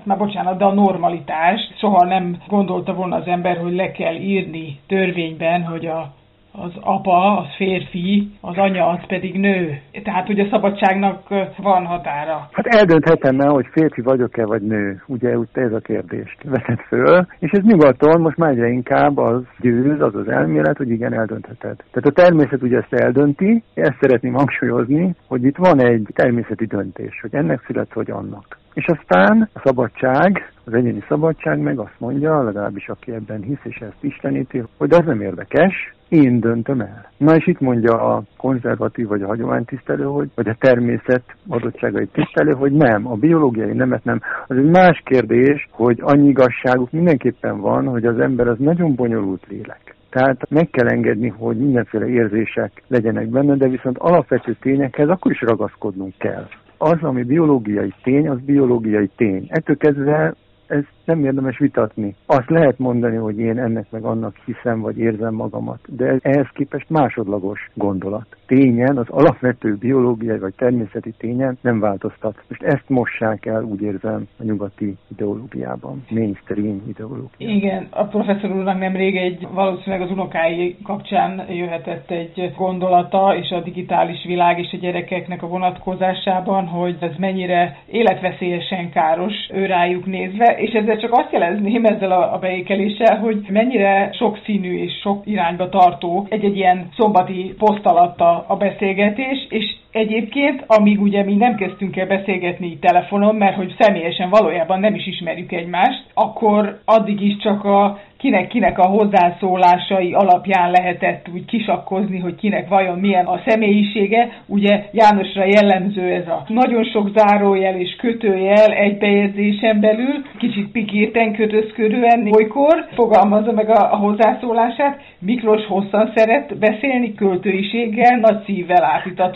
a normalitást. Soha nem gondolta volna az ember, hogy le kell írni törvényben, hogy az apa, az férfi, az anya, az pedig nő. Tehát, hogy a szabadságnak van határa. Hát eldönthetem el, hogy férfi vagyok-e, vagy nő. Ugye ez a kérdést vetett föl. És ez nyugaton most már egyre inkább az győz, az az elmélet, hogy igen, eldöntheted. Tehát a természet ugye ezt eldönti, ezt szeretném hangsúlyozni, hogy itt van egy természeti döntés, hogy ennek születsz, vagy annak. És aztán a szabadság, az egyéni szabadság meg azt mondja, legalábbis aki ebben hisz és ezt isteníti, hogy az nem érdekes, én döntöm el. Na és itt mondja a konzervatív vagy a hagyománytisztelő, vagy a természet adottságait tisztelő, hogy nem, a biológiai nemet nem. Az egy más kérdés, hogy annyi igazságuk mindenképpen van, hogy az ember az nagyon bonyolult lélek. Tehát meg kell engedni, hogy mindenféle érzések legyenek benne, de viszont alapvető tényekhez akkor is ragaszkodnunk kell. Az, ami biológiai tény, az biológiai tény. Ettől kezdve ezt nem érdemes vitatni. Azt lehet mondani, hogy én ennek meg annak hiszem, vagy érzem magamat, de ehhez képest másodlagos gondolat. Tényen, az alapvető biológiai vagy természeti tényen nem változtat. Most ezt mossák el, úgy érzem, a nyugati ideológiában, mainstream ideológiában. Igen, a professzor úrnak nemrég valószínűleg az unokái kapcsán jöhetett egy gondolata, és a digitális világ és a gyerekeknek a vonatkozásában, hogy ez mennyire életveszélyesen káros őrájuk nézve, és ezzel csak azt jelezném ezzel a beékeléssel, hogy mennyire sokszínű és sok irányba tartó egy ilyen szombati poszt alatt a beszélgetés, és egyébként, amíg ugye mi nem kezdtünk el beszélgetni telefonon, mert hogy személyesen valójában nem is ismerjük egymást, akkor addig is csak kinek a hozzászólásai alapján lehetett úgy kisakkozni, hogy kinek vajon milyen a személyisége. Ugye Jánosra jellemző ez a nagyon sok zárójel és kötőjel egy bejegyzésen belül, kicsit pikírten, kötözködően olykor fogalmazza meg a hozzászólását. Miklós hosszan szeret beszélni, költőiséggel, nagy szívvel átítatottan,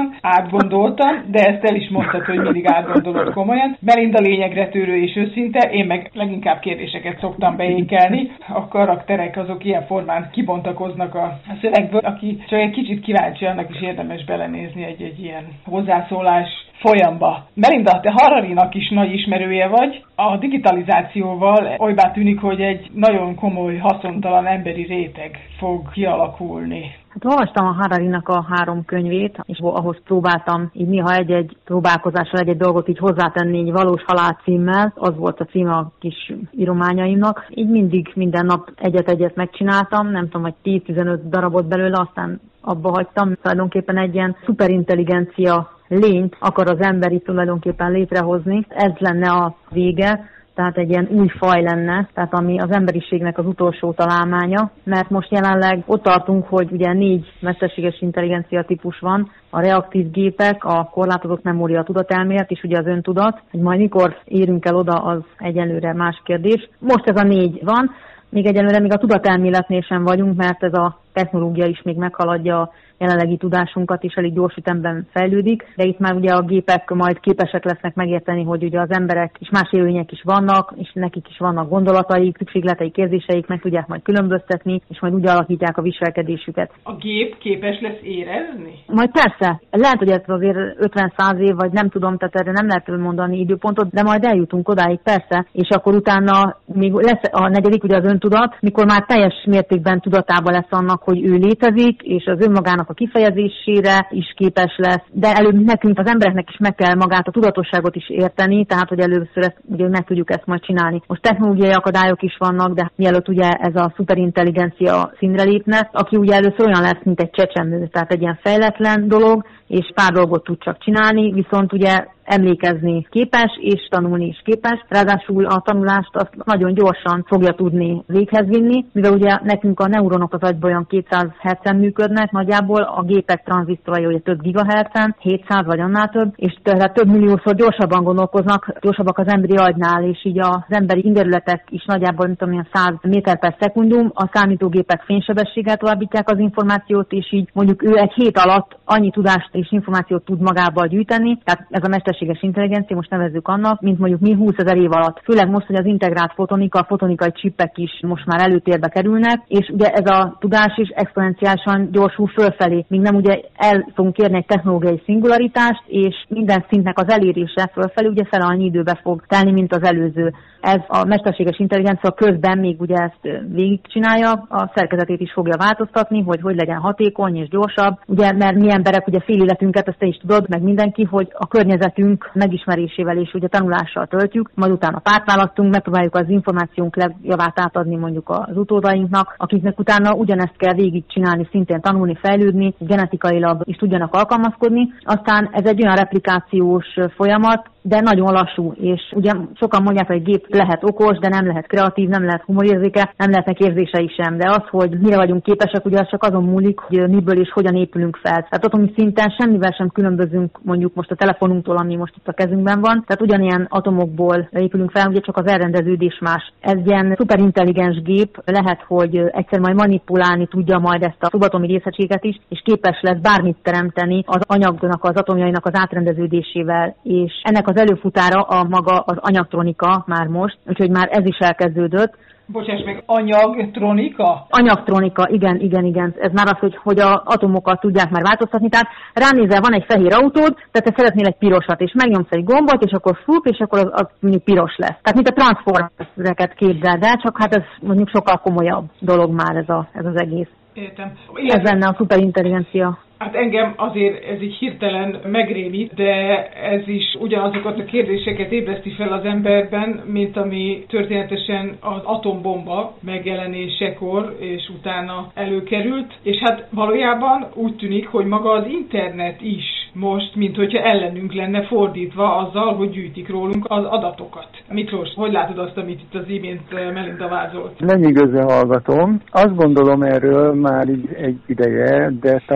komolyan, átgondoltam, de ezt el is mondtad, hogy mindig átgondolod komolyan. Melinda lényegre törő és őszinte, én meg leginkább kérdéseket szoktam beékelni. A karakterek azok ilyen formán kibontakoznak a szövegből. Aki csak egy kicsit kíváncsi, annak is érdemes belenézni egy ilyen hozzászólás folyamba. Melinda, te Hararinak is nagy ismerője vagy. A digitalizációval olybá tűnik, hogy egy nagyon komoly, haszontalan emberi réteg fog kialakulni. Hát olvastam a Hararinak a 3 könyvét, és ahhoz próbáltam így néha egy próbálkozással egy dolgot így hozzátenni, egy valós halál címmel. Az volt a címe a kis írományaimnak. Így mindig minden nap egyet-egyet megcsináltam, nem tudom, hogy 10-15 darabot belőle, aztán abba hagytam. Tulajdonképpen egy ilyen szuperintelligencia lényt akar az emberi tulajdonképpen létrehozni. Ez lenne a vége. Tehát egy ilyen új faj lenne, tehát ami az emberiségnek az utolsó találmánya, mert most jelenleg ott tartunk, hogy ugye 4 mesterséges intelligencia típus van, a reaktív gépek, a korlátozott memória, a tudatelmélet és ugye az öntudat, hogy majd mikor érünk el oda, az egyelőre más kérdés. Most ez a 4 van, még egyelőre még a tudatelméletnél sem vagyunk, mert ez a technológia is még meghaladja a jelenlegi tudásunkat, és elég gyors ütemben fejlődik, de itt már ugye a gépek majd képesek lesznek megérteni, hogy ugye az emberek és más élőlények is vannak, és nekik is vannak gondolataik, szükségleteik, érzéseik, meg tudják majd különböztetni, és majd úgy alakítják a viselkedésüket. A gép képes lesz érezni? Majd persze. Lehet, hogy ez azért 50-100 év, vagy nem tudom, tehát erre nem lehet mondani időpontot, de majd eljutunk odáig, persze, és akkor utána még lesz a 4. ugye az öntudat, mikor már teljes mértékben tudatában lesz annak, hogy ő létezik, és az önmagának a kifejezésére is képes lesz, de előbb nekünk, az embereknek is meg kell magát a tudatosságot is érteni, tehát hogy először ezt, ugye meg tudjuk ezt majd csinálni. Most technológiai akadályok is vannak, de mielőtt ugye ez a szuperintelligencia színre lépne, aki ugye először olyan lesz, mint egy csecsemő, tehát egy ilyen fejletlen dolog, és pár dolgot tud csak csinálni, viszont ugye emlékezni képes, és tanulni is képes. Ráadásul a tanulást azt nagyon gyorsan fogja tudni véghez vinni, mivel ugye nekünk a neuronok az agyban olyan 200 Hz-en működnek nagyjából, a gépek tranzisztorai ugye több gigahertzen, 700 vagy annál több, és tehát több milliószor gyorsabban gondolkoznak, gyorsabbak az emberi agynál, és így az emberi ingerületek is nagyjából, mint amilyen 100 méter per szekundum, a számítógépek fénysebességgel továbbítják az információt, és így mondjuk ő egy hét alatt annyi tudást és információt tud magával gyűjteni, tehát ez a mesterséges intelligencia, most nevezzük annak, mint mondjuk mi 20 000 év alatt. Főleg most, hogy az integrált fotonika, a fotonikai csippek is most már előtérbe kerülnek, és ugye ez a tudás is exponenciálisan gyorsul fölfelé, míg nem ugye el fogunk érni egy technológiai szingularitást, és minden szintnek az elérése fölfelé ugye fele annyi időbe fog telni, mint az előző. Ez a mesterséges intelligencia közben még ugye ezt végigcsinálja, a szerkezetét is fogja változtatni, hogy legyen hatékony és gyorsabb. Ugye, mert mi emberek ugye fél életünket, ezt te is tudod, meg mindenki, hogy a környezetünk megismerésével és ugye tanulással töltjük, majd utána párt választunk, megpróbáljuk az információnk legjavát átadni mondjuk az utódainknak, akiknek utána ugyanezt kell végigcsinálni, szintén tanulni, fejlődni, genetikailag is tudjanak alkalmazkodni. Aztán ez egy olyan replikációs folyamat, de nagyon lassú, és ugye sokan mondják, hogy egy gép lehet okos, de nem lehet kreatív, nem lehet humorérzéke, nem lehetnek érzései sem, de az, hogy mire vagyunk képesek, ugye az csak azon múlik, hogy miből és hogyan épülünk fel. Tehát atomi szinten semmivel sem különbözünk mondjuk most a telefonunktól, ami most itt a kezünkben van, tehát ugyanilyen atomokból épülünk fel, ugye csak az elrendeződés más. Ez ilyen szuperintelligens gép, lehet, hogy egyszer majd manipulálni tudja majd ezt a szubatomi részegységet is, és képes lesz bármit teremteni az anyagnak, az atomjainak az átrendeződésével, és ennek az előfutára a maga az anyagtronika már most, úgyhogy már ez is elkezdődött. Bocsáss meg, anyagtronika? Anyagtronika, igen. Ez már az, hogy az atomokat tudják már változtatni. Tehát ránézel, van egy fehér autód, tehát te szeretnél egy pirosat, és megnyomsz egy gombot, és akkor fúp, és akkor az mondjuk piros lesz. Tehát mint a Transformers-eket képzeld el, csak hát ez mondjuk sokkal komolyabb dolog már ez az egész. Értem. Ez lenne a szuperintelligencia. Hát engem azért ez így hirtelen megrémít, de ez is ugyanazokat a kérdéseket ébreszti fel az emberben, mint ami történetesen az atombomba megjelenésekor és utána előkerült. És hát valójában úgy tűnik, hogy maga az internet is most, mint hogyha ellenünk lenne fordítva azzal, hogy gyűjtik rólunk az adatokat. Miklós, hogy látod azt, amit itt az imént Melinda vázolt? Lenyűgözve hallgatom. Azt gondolom erről már egy ideje, de talán éppen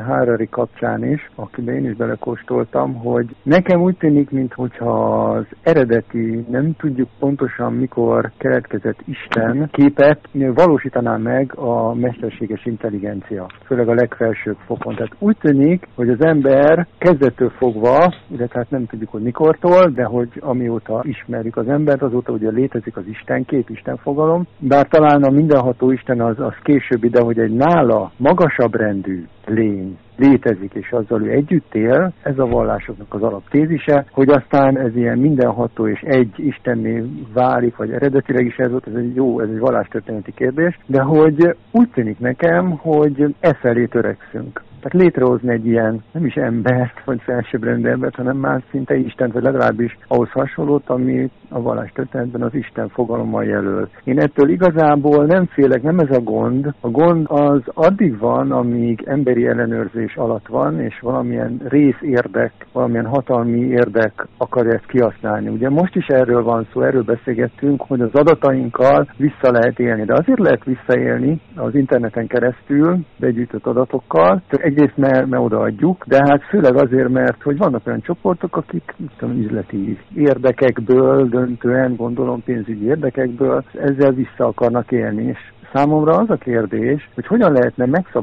Harari kapcsán is, akiben én is belekóstoltam, hogy nekem úgy tűnik, mintha az eredeti, nem tudjuk pontosan mikor keletkezett Isten képet valósítaná meg a mesterséges intelligencia, főleg a legfelsőbb fokon. Tehát úgy tűnik, hogy az ember kezdettől fogva, illetve hát nem tudjuk, hogy mikortól, de hogy amióta ismerjük az embert, azóta ugye létezik az Istenkép, Istenfogalom, bár talán a mindenható Isten az később ide, hogy egy nála magasabb rendű lény létezik, és azzal ő együtt él, ez a vallásoknak az alaptézise, hogy aztán ez ilyen mindenható és egy Istenné válik, vagy eredetileg is ez volt, ez egy vallástörténeti kérdés, de hogy úgy tűnik nekem, hogy e felé törekszünk. Tehát létrehozni egy ilyen, nem is embert, vagy felsőbbrendű embert, hanem már szinte Istent, vagy legalábbis ahhoz hasonlót, ami a vallástörténetben az Isten fogalommal jelöl. Én ettől igazából nem félek, nem ez a gond. A gond az addig van, amíg emberi ellenőrzés alatt van, és valamilyen részérdek, valamilyen hatalmi érdek akarja ezt kihasználni. Ugye most is erről van szó, erről beszélgettünk, hogy az adatainkkal vissza lehet élni, de azért lehet visszaélni az interneten keresztül, begyűjtött adatokkal, egyrészt mert odaadjuk, de hát főleg azért, mert hogy vannak olyan csoportok, akik üzleti érdekekből, döntően gondolom pénzügyi érdekekből ezzel vissza akarnak élni, és számomra az a kérdés, hogy hogyan lehet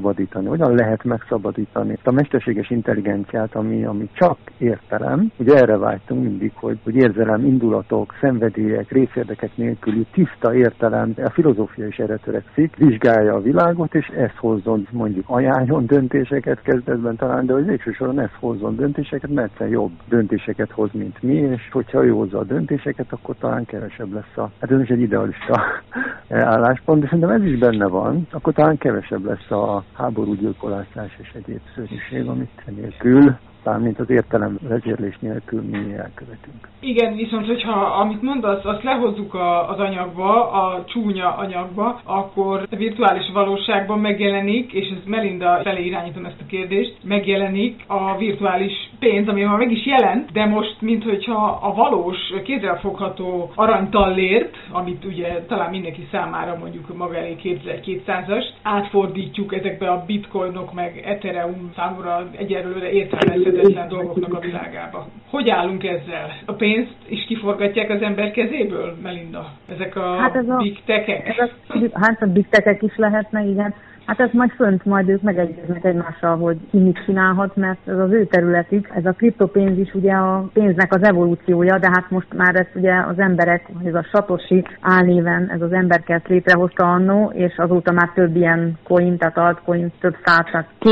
megszabadítani ezt a mesterséges intelligenciát, ami csak értelem. Ugye erre vágytunk mindig, hogy érzelem, indulatok, szenvedélyek, részérdekek nélküli tiszta értelem, a filozófia is erre törekszik, vizsgálja a világot, és ez hozzon, mondjuk ajánljon döntéseket kezdetben talán, de hogy végső soron ez hozzon döntéseket, mert jobb döntéseket hoz, mint mi, és hogyha ő hozza a döntéseket, akkor talán kevesebb lesz hát ez is egy idealista álláspont, de szerintem ez is benne van, akkor talán kevesebb lesz a háború, gyilkolásás és egyéb szörnyűség, amit nélkül, mint az értelem vezérlés nélkül mi elkövetünk. Igen, viszont hogyha amit mondasz, azt lehozzuk az anyagba, a csúnya anyagba, akkor a virtuális valóságban megjelenik, és ez Melinda felé irányítom ezt a kérdést, megjelenik a virtuális pénz, ami már meg is jelent, de most minthogyha a valós, kézzelfogható aranytallért, amit ugye talán mindenki számára mondjuk maga elé képzel 200-ast, átfordítjuk ezekbe a bitcoinok meg Ethereum számúra egyelőre értelmezhetetlen dolgoknak a világába. Hogy állunk ezzel? A pénzt is kiforgatják az ember kezéből, Melinda? Ezek a big techek? A big techek is lehetnek, igen. Hát ez majd ők megegyeznek egymással, hogy ki mit csinálhat, mert ez az ő területük. Ez a kriptopénz is ugye a pénznek az evolúciója, de hát most már ezt ugye az emberek, ez a Satoshi álnéven, ez az emberkert létrehozta annó, és azóta már több ilyen coin, tehát altcoin, több száz,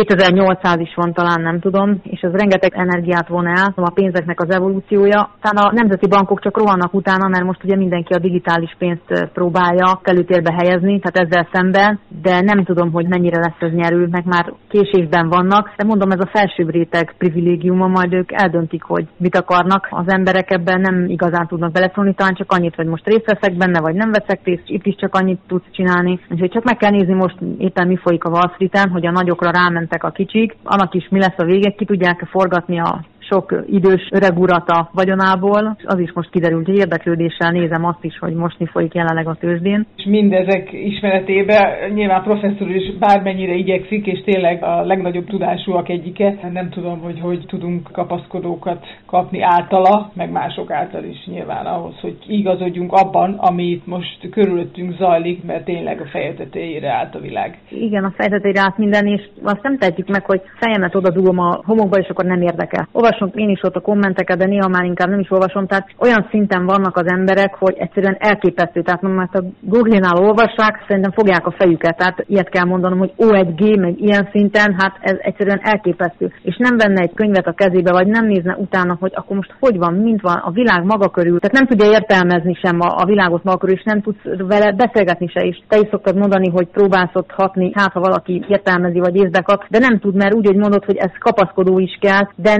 2800 is van talán, nem tudom, és ez rengeteg energiát von el, a pénzeknek az evolúciója. Talán a nemzeti bankok csak rohannak utána, mert most ugye mindenki a digitális pénzt próbálja előtérbe helyezni, tehát ezzel szemben, de nem tudom, hogy mennyire lesz ez nyerő, meg már késésben vannak, de mondom, ez a felsőbb réteg privilégiuma, majd ők eldöntik, hogy mit akarnak. Az emberek ebben nem igazán tudnak beleszólni, talán csak annyit, hogy most részt veszek benne, vagy nem veszek részt, itt is csak annyit tudsz csinálni. Úgyhogy csak meg kell nézni most éppen mi folyik a Wall Streeten, hogy a nagyokra rámentek a kicsik, annak is mi lesz a vége, ki tudják forgatni a sok idős öreg urat a vagyonából. Az is most kiderült, hogy érdeklődéssel nézem azt is, hogy most mi folyik jelenleg a tőzsdén. És mindezek ismeretében nyilván professzor is bármennyire igyekszik, és tényleg a legnagyobb tudásúak egyike. Nem tudom, hogy tudunk kapaszkodókat kapni általa, meg mások által is nyilván ahhoz, hogy igazodjunk abban, amit most körülöttünk zajlik, mert tényleg a feje tetejére állt a világ. Igen, a feje tetejére állt minden, és azt nem tehetjük meg, hogy fejemet oda dugom a homokba, és akkor nem érdekel. Olvasom én is ott a kommenteket, de néha már inkább nem is olvasom, tehát olyan szinten vannak az emberek, hogy egyszerűen elképesztő. Tehát mert a Google-nál olvassák, szerintem fogják a fejüket, tehát ilyet kell mondanom, hogy O1G, meg ilyen szinten, hát ez egyszerűen elképesztő. És nem venne egy könyvet a kezébe, vagy nem nézne utána, hogy akkor most hogy van, mint van a világ maga körül. Tehát nem tudja értelmezni sem a világot maga körül, és nem tudsz vele beszélgetni se is. Te is szoktad mondani, hogy próbálsz ott hatni, ha valaki értelmezi, vagy észbe kap, de nem tud, mert úgy, hogy mondod, hogy ez kapaszkodó is kell, de nem is kell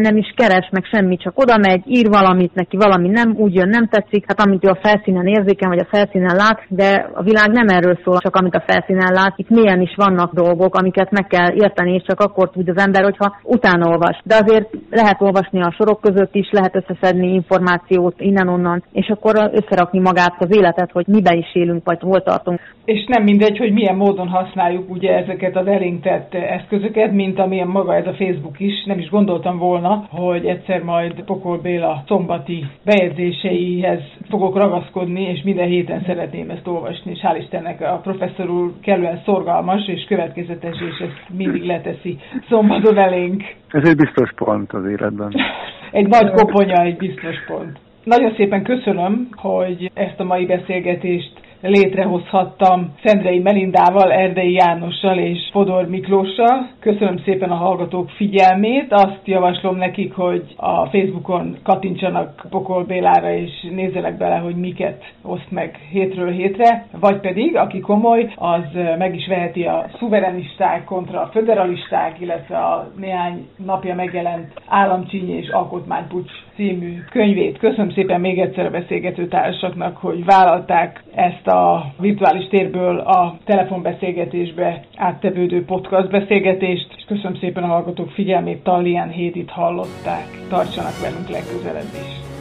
keres, meg semmi, csak oda megy, ír valamit, neki valami nem, úgy jön, nem tetszik, hát amit ő a felszínen érzékel, vagy a felszínen lát, de a világ nem erről szól, csak amit a felszínen lát. Itt mélyen is vannak dolgok, amiket meg kell érteni, és csak akkor tud az ember, hogyha utána olvas. De azért lehet olvasni a sorok között is, lehet összeszedni információt innen-onnan, és akkor összerakni magát az életet, hogy miben is élünk, vagy hol tartunk. És nem mindegy, hogy milyen módon használjuk ugye ezeket az elénk tett eszközöket, mint amilyen maga ez a Facebook is. Nem is gondoltam volna, hogy egyszer majd Pokol Béla szombati bejegyzéseihez fogok ragaszkodni, és minden héten szeretném ezt olvasni, és hál' Istennek a professzor úr kellően szorgalmas és következetes, és ezt mindig leteszi szombaton elénk. Ez egy biztos pont az életben. Egy nagy koponya, egy biztos pont. Nagyon szépen köszönöm, hogy ezt a mai beszélgetést létrehozhattam Szendrei Melindával, Erdei Jánossal és Fodor Miklóssal. Köszönöm szépen a hallgatók figyelmét. Azt javaslom nekik, hogy a Facebookon kattintsanak Pokol Bélára és nézzenek bele, hogy miket oszt meg hétről hétre, vagy pedig, aki komoly, az meg is veheti a szuverenisták kontra a föderalisták, illetve a néhány napja megjelent Államcsíny és Alkotmánypuccs című könyvét. Köszönöm szépen még egyszer a beszélgető társaknak, hogy vállalták ezt a virtuális térből a telefonbeszélgetésbe áttevődő podcast beszélgetést, és köszönöm szépen a hallgatók figyelmét, Tallián Hédit hallották. Tartsanak velünk legközelebb is!